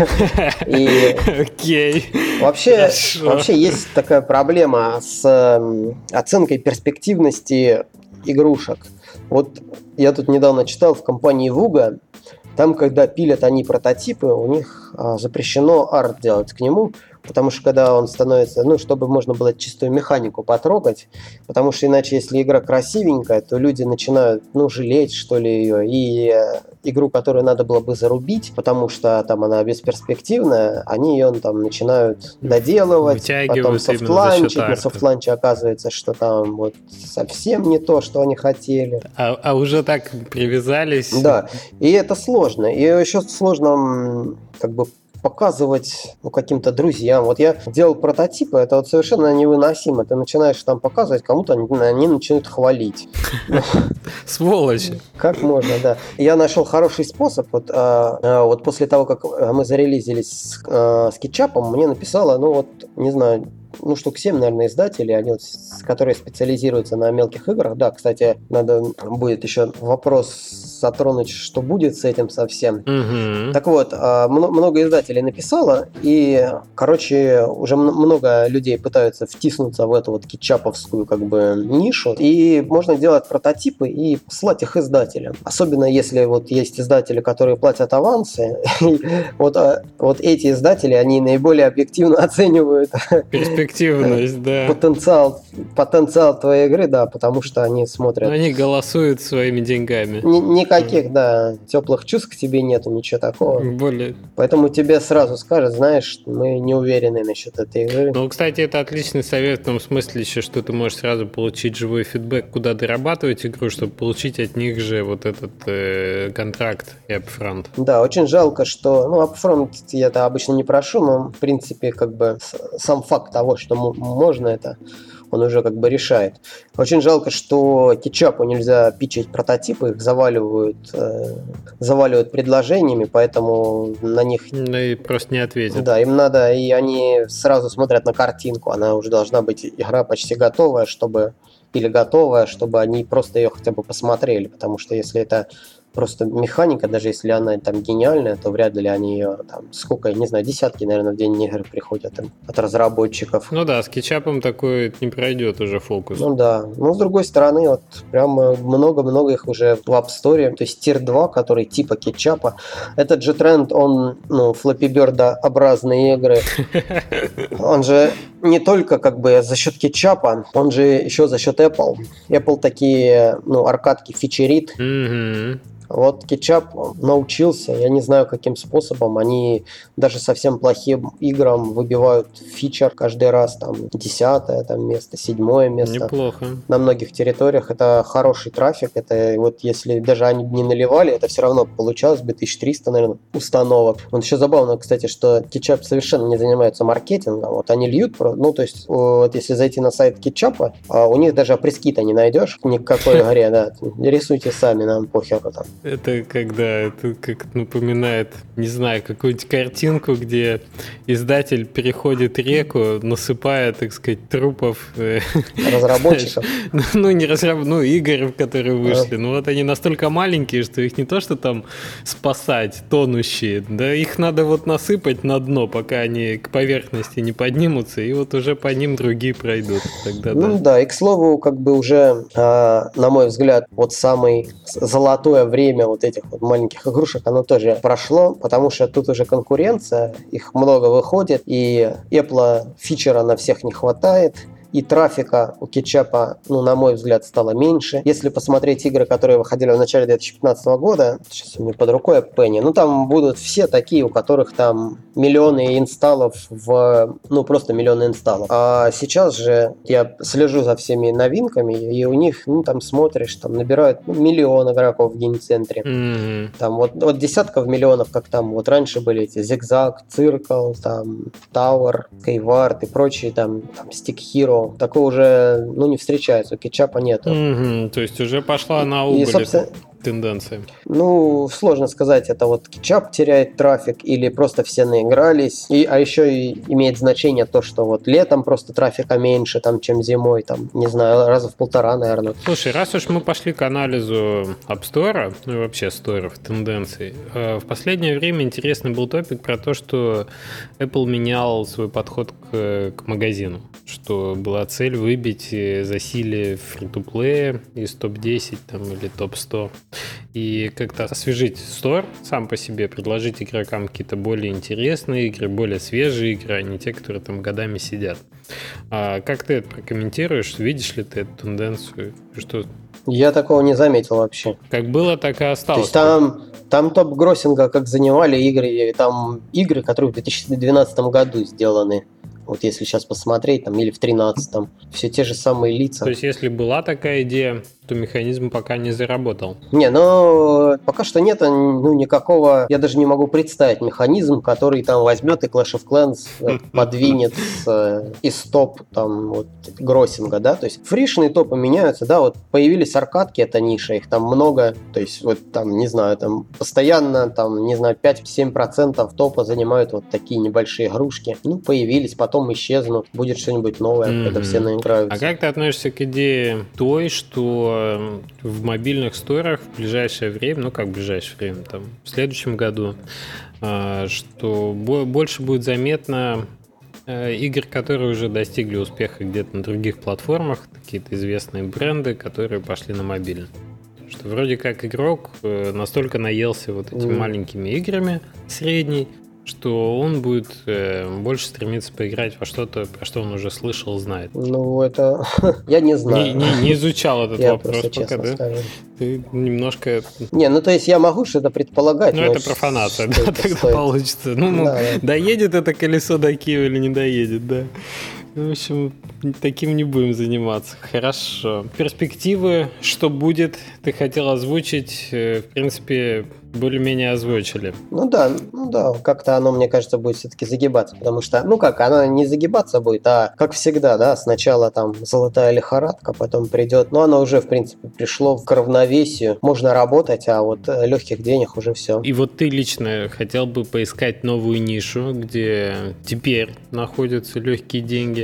Окей. Вообще, вообще есть такая проблема с оценкой перспективности игрушек. Вот я тут недавно читал в компании Vuga, там, когда пилят они прототипы, у них запрещено арт делать к нему, потому что когда он становится, ну, чтобы можно было чистую механику потрогать, потому что иначе, если игра красивенькая, то люди начинают, ну, жалеть, что ли, ее, и игру, которую надо было бы зарубить, потому что там она бесперспективная, они ее там начинают доделывать, потом софтланчить, на софтланче оказывается, что там вот совсем не то, что они хотели. А, а уже так привязались. Да, и это сложно, и еще сложно как бы показывать ну, каким-то друзьям. Вот я делал прототипы, это вот совершенно невыносимо. Ты начинаешь там показывать, кому-то они, они начинают хвалить. Сволочи. Как можно, да. Я нашел хороший способ. Вот, а, а, вот после того, как мы зарелизились с, а, с кетчапом, мне написала, ну вот, не знаю, ну, штук семь, наверное, издателей, они вот, которые специализируются на мелких играх. Да, кстати, надо будет еще вопрос затронуть, что будет с этим совсем. Угу. Так вот, много издателей написало, и, короче, уже много людей пытаются втиснуться в эту вот кетчаповскую как бы нишу, и можно делать прототипы и слать их издателям. Особенно если вот есть издатели, которые платят авансы, вот, вот эти издатели, они наиболее объективно оценивают перспективность, да. Потенциал, потенциал твоей игры, да, потому что они смотрят. Они голосуют своими деньгами. Никаких, да, теплых чувств к тебе нету, ничего такого. Более. Поэтому тебе сразу скажут, знаешь, мы не уверены насчет этой игры. Ну, кстати, это отличный совет в том смысле еще, что ты можешь сразу получить живой фидбэк, куда дорабатывать игру, чтобы получить от них же вот этот э, контракт и upfront. Да, очень жалко, что, ну, upfront я-то обычно не прошу, но, в принципе, как бы сам факт того, что можно это, он уже как бы решает. Очень жалко, что кетчапу нельзя пичить прототипы, их заваливают, э, заваливают предложениями, поэтому на них... Ну и просто не ответят. Да, им надо, и они сразу смотрят на картинку, она уже должна быть, игра почти готовая, чтобы... или готовая, чтобы они просто ее хотя бы посмотрели, потому что если это просто механика, даже если она там гениальная, то вряд ли они ее там, сколько, я не знаю, десятки, наверное, в день игр приходят там, от разработчиков. Ну да, с кетчапом такое не пройдет уже фокус. Ну да, но с другой стороны, вот прям много-много их уже в App Store, то есть Тир два, который типа кетчапа. Этот же тренд, он, ну, Flappy Bird-образные игры, он же не только как бы за счет кетчапа, он же еще за счет Apple. Apple такие, ну, аркадки фичерит. Mm-hmm. Вот кетчап научился, я не знаю каким способом, они даже совсем плохим играм выбивают фичер каждый раз, там, десятое там, место, седьмое место. Неплохо. На многих территориях это хороший трафик, это вот если даже они не наливали, это все равно получалось бы тысяча триста, наверное, установок. Вот еще забавно, кстати, что кетчап совершенно не занимается маркетингом, вот они льют, ну, то есть, вот если зайти на сайт кетчапа, у них даже пресс-кита не найдешь ни к какой игре, да, рисуйте сами, нам похеру там. Это когда, это как напоминает, не знаю, какую-нибудь картинку, где издатель переходит реку, насыпая, так сказать, трупов разработчиков. Ну, не разраб... ну, игр, которые вышли. Ну, вот они настолько маленькие, что их не то, что там спасать, тонущие, да, их надо вот насыпать на дно, пока они к поверхности не поднимутся, и вот уже по ним другие пройдут. Тогда, ну да. да, и к слову, как бы уже, на мой взгляд, вот самый золотое время вот этих вот маленьких игрушек, оно тоже прошло, потому что тут уже конкуренция, их много выходит, и Apple фичера на всех не хватает, и трафика у кетчапа, ну, на мой взгляд, стало меньше. Если посмотреть игры, которые выходили в начале две тысячи пятнадцатого года, сейчас у меня под рукой Penny, ну, там будут все такие, у которых там миллионы инсталлов в... Ну, просто миллионы инсталлов. А сейчас же я слежу за всеми новинками, и у них, ну, там смотришь, там набирают ну, миллион игроков в гейм-центре. Mm-hmm. Там вот, вот десятков миллионов, как там вот раньше были эти Зигзаг, Циркл, там Tower, Skyward и прочие, там, там Stick Hero. Такого уже, ну, не встречается, у кетчапа нету. Mm-hmm. То есть уже пошла на убыль. И, собственно, тенденции. Ну, сложно сказать, это вот кетчап теряет трафик или просто все наигрались. И, а еще и имеет значение то, что вот летом просто трафика меньше, там, чем зимой, там, не знаю, раза в полтора, наверное. Слушай, раз уж мы пошли к анализу App Store, ну и вообще сторов, тенденций, в последнее время интересный был топик про то, что Apple менял свой подход к, к магазину, что была цель выбить засилие фри-то-плея из топ десять там, или топ сто. И как-то освежить стор сам по себе, предложить игрокам какие-то более интересные игры, более свежие игры, а не те, которые там годами сидят. А как ты это прокомментируешь? Видишь ли ты эту тенденцию? Что... Я такого не заметил вообще. Как было, так и осталось. То есть там, там топ-гроссинга как занимали игры, там игры, которые в две тысячи двенадцатом году сделаны. Вот если сейчас посмотреть, там, или в тринадцатом, все те же самые лица. То есть, если была такая идея, то механизм пока не заработал. Не, ну, пока что нет ну, никакого, я даже не могу представить механизм, который там возьмет и Clash of Clans подвинет с, из топ там вот гроссинга, да, то есть фришные топы меняются, да, вот появились аркадки, это ниша, их там много, то есть вот там, не знаю, там постоянно, там, не знаю, пять-семь процентов топа занимают вот такие небольшие игрушки, ну, появились, потом исчезнут, будет что-нибудь новое, mm-hmm. когда все наиграются. А как ты относишься к идее той, что в мобильных сторах в ближайшее время, ну как в ближайшее время, там, в следующем году, что больше будет заметно игр, которые уже достигли успеха где-то на других платформах, какие-то известные бренды, которые пошли на мобильный? Что вроде как игрок настолько наелся вот этими mm. маленькими играми средней, что он будет э, больше стремиться поиграть во что-то, про что он уже слышал, знает. Ну, это... я не знаю. Не, не, не изучал этот я вопрос пока, да? Скажу. Ты немножко... Не, ну, то есть я могу что-то предполагать. Ну, это профанация, да, тогда стоит. Получится. Ну, ну да, да. Доедет это колесо до Киева или не доедет, да? В общем, таким не будем заниматься. Хорошо. Перспективы, что будет, ты хотел озвучить, в принципе, более-менее озвучили. Ну да, ну да, как-то оно, мне кажется, будет все-таки загибаться, потому что, ну как, оно не загибаться будет, а как всегда, да, сначала там золотая лихорадка, потом придет, но оно уже, в принципе, пришло к равновесию, можно работать, а вот легких денег уже все. И вот ты лично хотел бы поискать новую нишу, где теперь находятся легкие деньги.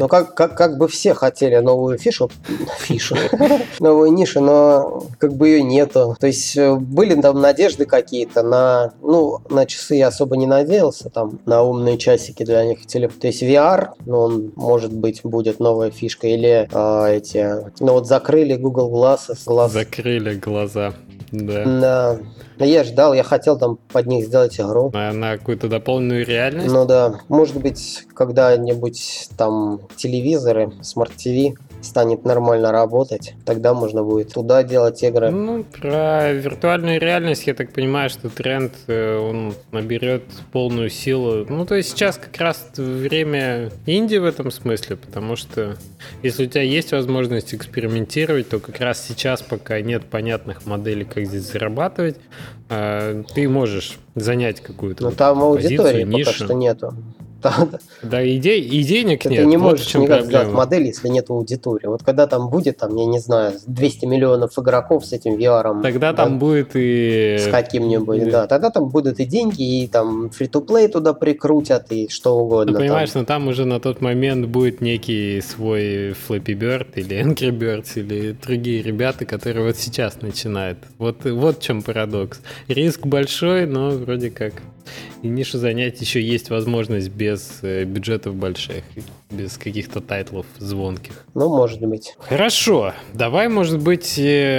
Ну, как, как, как бы все хотели новую фишу, фишу, новую нишу, но как бы ее нету. То есть были там надежды какие-то на, ну, на часы я особо не надеялся, там, на умные часики для них. То есть ви ар, ну, он, может быть, будет новая фишка, или а, эти, ну, вот закрыли Google Glasses. Glass. Закрыли глаза, да. Да. Я ждал, я хотел там под них сделать игру. На, на какую-то дополненную реальность? Ну да, может быть, когда-нибудь там телевизоры, смарт-ТВ станет нормально работать, тогда можно будет туда делать игры. Ну, про виртуальную реальность, я так понимаю, что тренд, он наберет полную силу. Ну, то есть сейчас как раз время инди в этом смысле, потому что если у тебя есть возможность экспериментировать, то как раз сейчас, пока нет понятных моделей, как здесь зарабатывать, ты можешь занять какую-то Но вот там позицию, аудитории нишу. пока что нету. Да, идей, и денег Ты нет. Ты не вот можешь никак сделать модель, если нет аудитории. Вот когда там будет, там, я не знаю, двести миллионов игроков с этим ви ар. Тогда да, там будет и... С каким-нибудь, и... да. Тогда там будут и деньги, и там фри-то-плей туда прикрутят, и что угодно. Ну, понимаешь, там. но там уже на тот момент будет некий свой Flappy Bird или Angry Birds или другие ребята, которые вот сейчас начинают. Вот, вот в чем парадокс. Риск большой, но вроде как и нишу занять еще есть возможность без бюджетов больших, без каких-то тайтлов звонких. Ну, может быть. Хорошо, давай, может быть,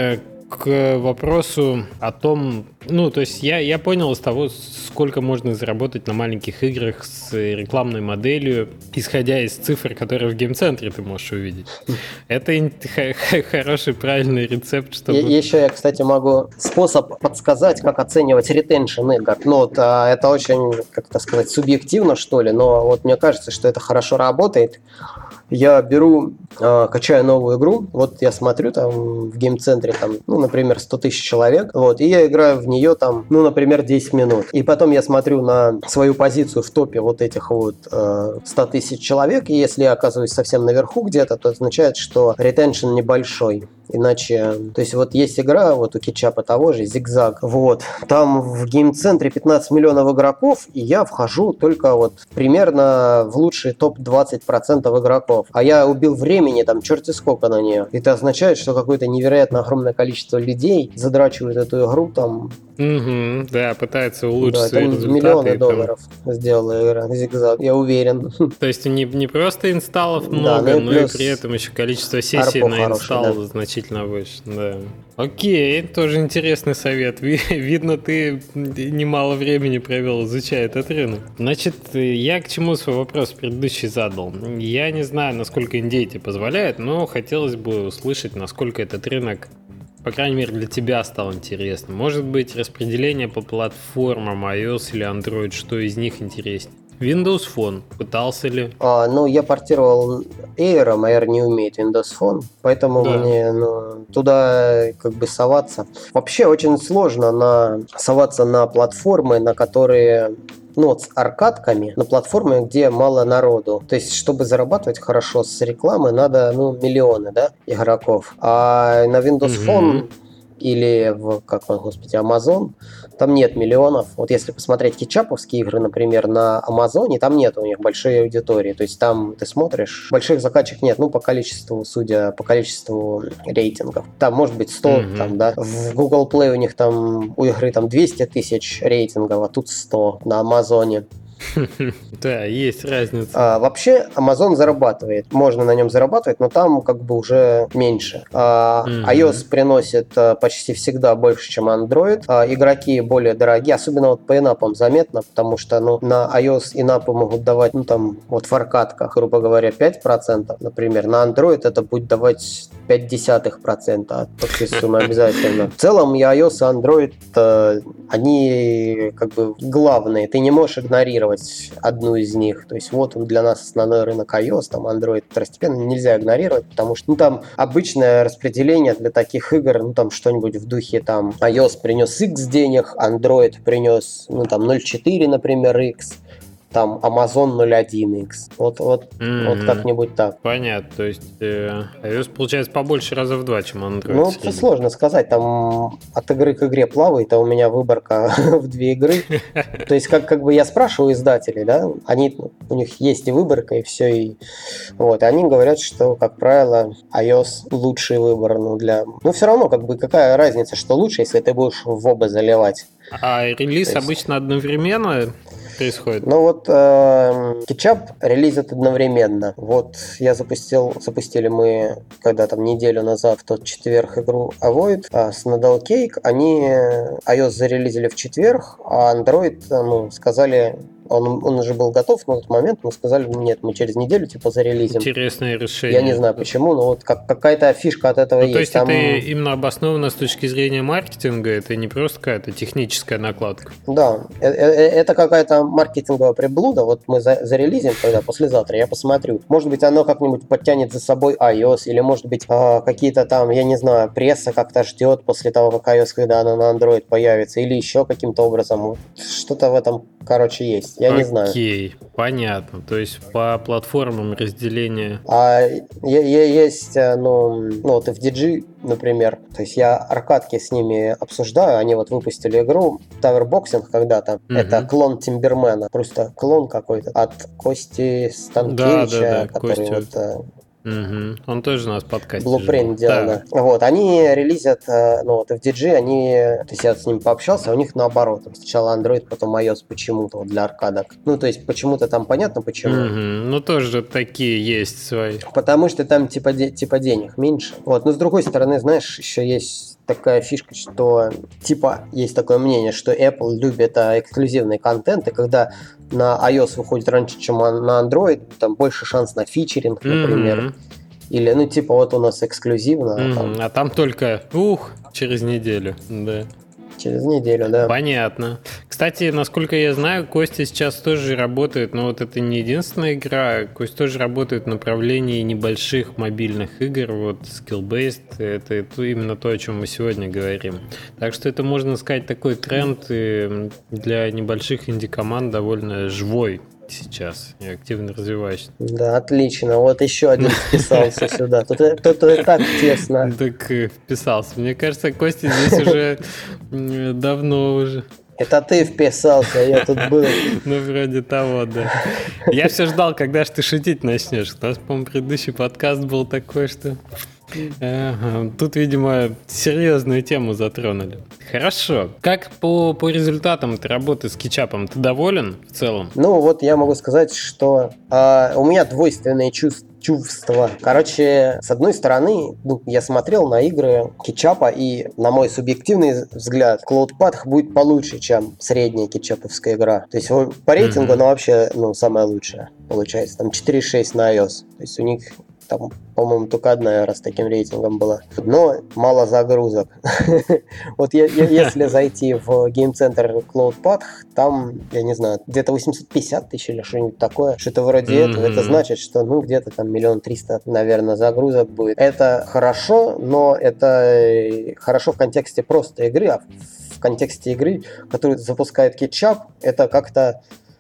к вопросу о том, ну, то есть я, я понял из того, сколько можно заработать на маленьких играх с рекламной моделью, исходя из цифр, которые в геймцентре ты можешь увидеть. Это хороший, правильный рецепт, чтобы... Еще я, кстати, могу способ подсказать, как оценивать ретеншн игр. Ну, вот, это очень, как это сказать, субъективно, что ли, но вот мне кажется, что это хорошо работает. Я беру, э, качаю новую игру, вот я смотрю там в геймцентре, там, ну, например, сто тысяч человек, вот, и я играю в нее там, ну, например, десять минут. И потом я смотрю на свою позицию в топе вот этих вот э, сто тысяч человек, и если я оказываюсь совсем наверху где-то, то это означает, что ретеншн небольшой. Иначе, то есть вот есть игра, вот у Кетчапа того же, Зигзаг, вот, там в геймцентре пятнадцать миллионов игроков, и я вхожу только вот примерно в лучший топ двадцать процентов игроков, а я убил времени там черти сколько на нее. Это означает, что какое-то невероятно огромное количество людей задрачивают эту игру там. Угу, да, пытается улучшить да, свои там результаты. Миллионы там... долларов сделала игра Зигзаг, я уверен. То есть не, не просто инсталлов много, да, ну и но и при этом еще количество сессий на инсталл хороший, да. значительно выше. Да. Окей, тоже интересный совет. Видно, ты немало времени провел, изучая этот рынок. Значит, я к чему свой вопрос предыдущий задал. Я не знаю, насколько ин ди эй тебе позволяет, но хотелось бы услышать, насколько этот рынок, по крайней мере, для тебя стал интересным. Может быть, распределение по платформам iOS или Android, что из них интереснее? Windows Phone. Пытался ли? А, ну, я портировал Air, а Air не умеет Windows Phone, поэтому да. мне ну, туда как бы соваться. Вообще очень сложно на, соваться на платформы, на которые... Ну, вот с аркадками на платформе, где мало народу. То есть, чтобы зарабатывать хорошо с рекламы, надо, ну, миллионы, да, игроков. А на Windows Phone mm-hmm. или в, как он, господи, Amazon, там нет миллионов. Вот если посмотреть кетчаповские игры, например, на Амазоне, там нет у них большой аудитории. То есть там ты смотришь, больших закачек нет, ну, по количеству, судя по количеству рейтингов. Там может быть сто, mm-hmm. там, да. В Google Play у них там, у игры там двести тысяч рейтингов, а тут сто на Амазоне. Да, есть разница. А, вообще Amazon зарабатывает, можно на нем зарабатывать, но там как бы уже меньше. А, mm-hmm. iOS приносит а, почти всегда больше, чем Android. А, игроки более дорогие, особенно вот по инапам заметно, потому что ну, на iOS инапы могут давать, ну там вот в аркадках, грубо говоря, пять процентов, например. На Android это будет давать пять десятых процента от общей суммы обязательно. В целом и iOS, и Android, а, они как бы главные, ты не можешь игнорировать одну из них. То есть вот он для нас основной рынок iOS, там Android второстепенно нельзя игнорировать, потому что ну, там обычное распределение для таких игр, ну там что-нибудь в духе там iOS принес X денег, Android принес ну там ноль целых четыре, например, X. там Amazon ноль один икс. Вот, вот, Mm-hmm. вот как-нибудь так. Понятно, то есть э, iOS получается побольше раза в два, чем Android. Ну, это сложно сказать, там от игры к игре плавает, а у меня выборка в две игры. То есть, как, как бы я спрашиваю издателей, да, они, у них есть и выборка, и все, и вот, и они говорят, что, как правило, iOS лучший выбор, ну, для... Ну, все равно, как бы, какая разница, что лучше, если ты будешь в оба заливать. А релиз есть... обычно одновременно происходит? Ну вот э, Кетчап релизят одновременно. Вот я запустил, запустили мы, когда там неделю назад, в тот четверг игру Avoid а с Nadal Cake. Они iOS зарелизили в четверг, а Android, ну, сказали... Он, он уже был готов на тот момент, мы сказали, нет, мы через неделю типа зарелизим. Интересное решение. Я не знаю почему, но вот как, какая-то фишка от этого ну, есть. То есть там... это именно обосновано с точки зрения маркетинга, это не просто какая-то техническая накладка. Да, это какая-то маркетинговая приблуда, вот мы зарелизим тогда послезавтра, я посмотрю. Может быть, оно как-нибудь подтянет за собой iOS, или может быть какие-то там, я не знаю, пресса как-то ждет после того, как iOS, когда она на Android появится, или еще каким-то образом. Что-то в этом, короче, есть. Я Окей, не знаю. Окей, понятно. То есть по платформам разделения. А есть, ну, ну вот эф ди джи, например. То есть я аркадки с ними обсуждаю. Они вот выпустили игру Tower Boxing когда-то. Mm-hmm. Это клон Тимбермена. Просто клон какой-то от Кости Станкевича, да, да, да, который Костю. вот... Угу. Он тоже у нас в подкасте. Blueprint делал, да. Вот, они релизят, ну вот эф ди джи, они, то есть я с ними пообщался, а у них наоборот. Сначала Android, потом iOS почему-то вот для аркадок. Ну, то есть почему-то там понятно почему. Угу. Ну, тоже такие есть свои. Потому что там типа, де- типа денег меньше. Вот, но с другой стороны, знаешь, еще есть такая фишка, что типа есть такое мнение, что Apple любит а, эксклюзивный контент, и когда на iOS выходит раньше, чем на Android, там больше шанс на фичеринг, например. Mm-hmm. Или, ну, типа, вот у нас эксклюзивно. Mm-hmm. А, там... а там только, ух, через неделю, да. Через неделю, да. Понятно. Кстати, насколько я знаю, Костя сейчас тоже работает, но вот это не единственная игра. Костя тоже работает в направлении небольших мобильных игр, вот skill-based. Это, это именно то, о чем мы сегодня говорим. Так что это, можно сказать, такой тренд для небольших инди-команд довольно живой сейчас и активно развивающийся. Да, отлично. Вот еще один вписался сюда. Тут и так тесно. Так вписался. Мне кажется, Костя здесь уже давно уже. Это ты вписался, я тут был. Ну, вроде того, да. Я все ждал, когда же ты шутить начнешь. У нас, по-моему, предыдущий подкаст был такой, что... Ага. Тут, видимо, серьезную тему затронули. Хорошо. Как по, по результатам ты работы с Кетчапом? Ты доволен в целом? Ну, вот я могу сказать, что э, у меня двойственные чувства. чувства. Короче, с одной стороны, ну, я смотрел на игры Кетчапа, и, на мой субъективный взгляд, CloudPath будет получше, чем средняя кетчаповская игра. То есть по рейтингу mm-hmm. она вообще, ну, самая лучшая, получается. Там четыре шесть на iOS. То есть у них там, по-моему, только одна игра с таким рейтингом была. Но мало загрузок. Вот если зайти в гейм-центр CloudPath, там, я не знаю, где-то восемьсот пятьдесят тысяч или что-нибудь такое. Что-то вроде этого. Это значит, что, ну, где-то там миллион триста, наверное, загрузок будет. Это хорошо, но это хорошо в контексте просто игры, а в контексте игры, которую запускает Кетчап, это как-то,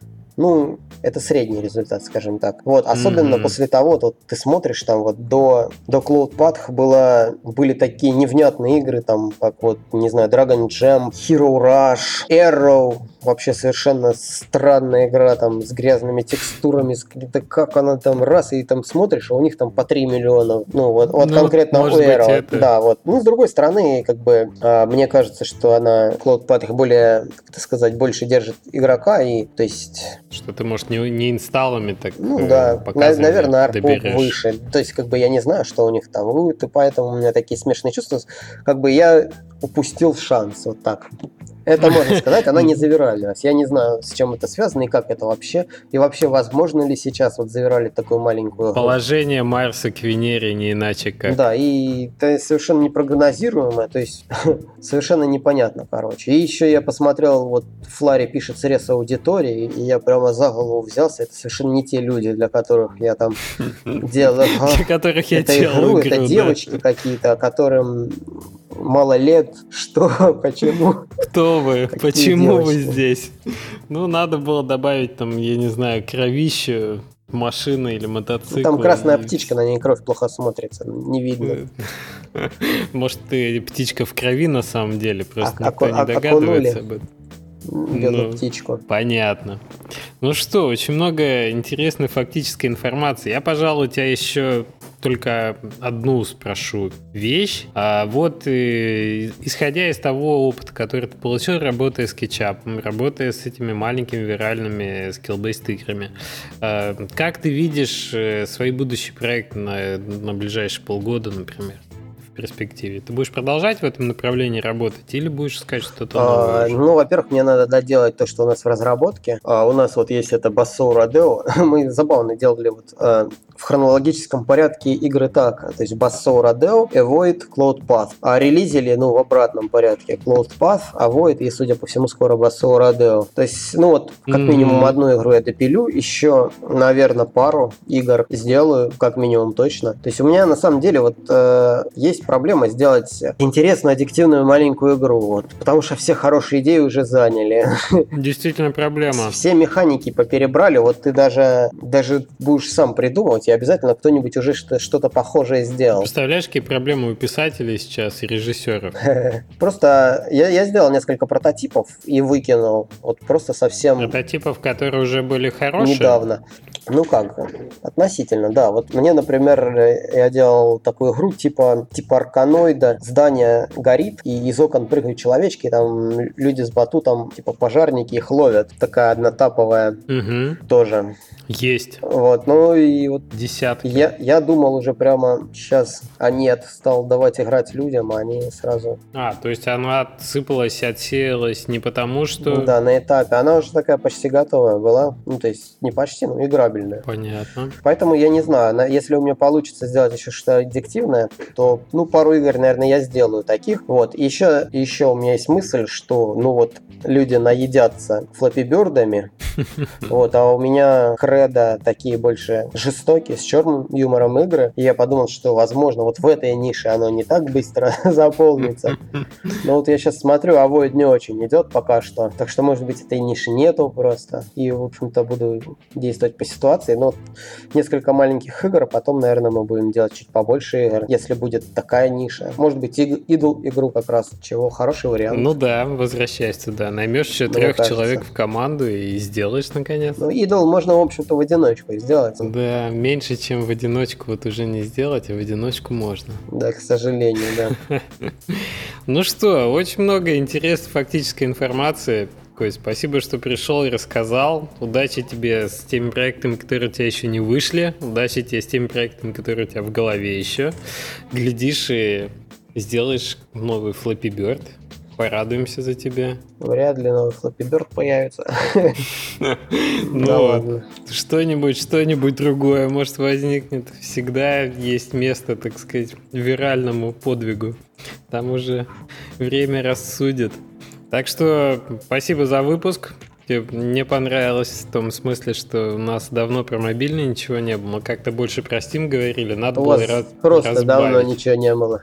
ну, это средний результат, скажем так. Вот, особенно mm-hmm. после того, вот ты смотришь, там вот до, до CloudPath было, были такие невнятные игры, там, как вот, не знаю, Dragon Jam, Hero Rush, Arrow, вообще совершенно странная игра, там, с грязными текстурами, с, да как она там, раз, и там смотришь, а у них там по три миллиона, ну, вот, вот ну, конкретно у Arrow, это... да, вот. Ну, с другой стороны, как бы, а, мне кажется, что она, CloudPath, их более, как это сказать, больше держит игрока, и, то есть... Что ты, может, не, не инсталлами так ну, да, наверное, арпу выше. То есть, как бы, я не знаю, что у них там будет, и поэтому у меня такие смешные чувства. Как бы я упустил шанс, вот так. Это можно сказать, она не завиралилась. Я не знаю, с чем это связано и как это вообще. И вообще, возможно ли сейчас вот завирали такую маленькую... Положение Марса к Венере не иначе как. Да, и это совершенно непрогнозируемое, то есть совершенно непонятно, короче. И еще я посмотрел, вот Флари пишет срез аудитории, и я прямо за голову взялся. Это совершенно не те люди, для которых я там делал... Для которых я делал игру. Это девочки какие-то, которым... мало лет, что, почему. Кто вы? Почему вы здесь? Ну, надо было добавить там, я не знаю, кровищу, машина или мотоцикл. Ну, там красная птичка, на ней кровь плохо смотрится, не видно. Может, ты птичка в крови на самом деле, просто а, никто а, не догадывается об этом. Ну, птичку. Понятно. Ну что, очень много интересной фактической информации. Я, пожалуй, тебя еще только одну спрошу вещь. А вот э, исходя из того опыта, который ты получил, работая с кетчапом, работая с этими маленькими виральными skill-based играми, э, как ты видишь э, свои будущие проекты на, на ближайшие полгода, например? Перспективе. Ты будешь продолжать в этом направлении работать или будешь искать что-то новое? А, ну, во-первых, мне надо доделать то, что у нас в разработке. А, у нас вот есть это Basso Rodeo. Мы забавно делали вот а, в хронологическом порядке игры так. То есть Basso Rodeo, Avoid, Cloud Path. А релизили, ну, в обратном порядке. Cloud Path, Avoid и, судя по всему, скоро Basso Rodeo. То есть, ну, вот, как mm-hmm. минимум одну игру я допилю, еще, наверное, пару игр сделаю, как минимум точно. То есть у меня, на самом деле, вот э, есть проблема сделать интересную, аддиктивную маленькую игру, вот, потому что все хорошие идеи уже заняли. Действительно проблема. Все механики поперебрали, вот ты даже, даже будешь сам придумывать, и обязательно кто-нибудь уже что-то похожее сделал. Представляешь, какие проблемы у писателей сейчас и режиссеров? Просто я, я сделал несколько прототипов и выкинул, вот просто совсем... Прототипов, которые уже были хорошие? Недавно. Ну как, относительно, да. Вот мне, например, я делал такую игру типа, типа арканоида. Здание горит, и из окон прыгают человечки, там люди с батутом, типа пожарники, их ловят. Такая однотаповая угу. тоже. Есть. Вот, ну и вот... Десятки. Я, я думал уже прямо сейчас, а нет, стал давать играть людям, а они сразу... А, то есть она отсыпалась, отсеялась не потому, что... Ну, да, на этапе. Она уже такая почти готовая была. Ну, то есть не почти, но играбельная. Понятно. Поэтому я не знаю, если у меня получится сделать еще что-то аддиктивное, то, ну, пару игр, наверное, я сделаю таких. Вот. И еще, еще у меня есть мысль, что, ну, вот, люди наедятся флэппи-бёрдами, вот, а у меня кредо такие больше жестокие, с черным юмором игры. И я подумал, что, возможно, вот в этой нише оно не так быстро заполнится. Но вот я сейчас смотрю, а Void не очень идет пока что. Так что, может быть, этой ниши нету просто. И, в общем-то, буду действовать по ситуации. Но вот несколько маленьких игр, а потом, наверное, мы будем делать чуть побольше игр, если будет такая ниша. Может быть, идол игру как раз, чего хороший вариант. Ну да, возвращайся туда. Наймешь еще трех человек в команду и сделаешь, наконец. Ну, идол можно, в общем-то, в одиночку сделать. Да, меньше, чем в одиночку вот уже не сделать, а в одиночку можно. Да, к сожалению, да. Ну что, очень много интересной фактической информации. Кость, спасибо, что пришел и рассказал. Удачи тебе с теми проектами, которые у тебя еще не вышли. Удачи тебе с теми проектами, которые у тебя в голове еще. Глядишь и сделаешь новый Flappy Bird. Порадуемся за тебя. Вряд ли новый Flappy Bird появится. Ну, что-нибудь, что-нибудь другое, может, возникнет. Всегда есть место, так сказать, виральному подвигу. Там уже время рассудит. Так что спасибо за выпуск. Мне понравилось в том смысле, что у нас давно про мобильный ничего не было. Мы как-то больше про Steam говорили. Надо у было вас раз, просто разбавить. Давно ничего не было.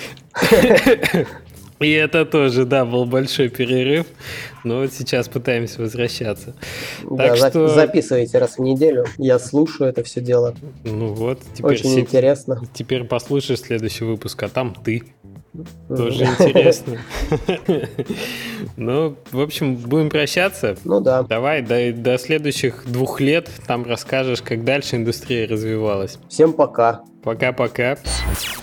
И это тоже, да, был большой перерыв. Но вот сейчас пытаемся возвращаться. Да, так что... записывайте раз в неделю. Я слушаю это все дело. Ну вот. Теперь очень все... интересно. Теперь послушаешь следующий выпуск, а там ты. Тоже интересно. Ну, в общем, будем прощаться. Ну да. Давай до, до следующих двух лет там расскажешь, как дальше индустрия развивалась. Всем пока. Пока-пока.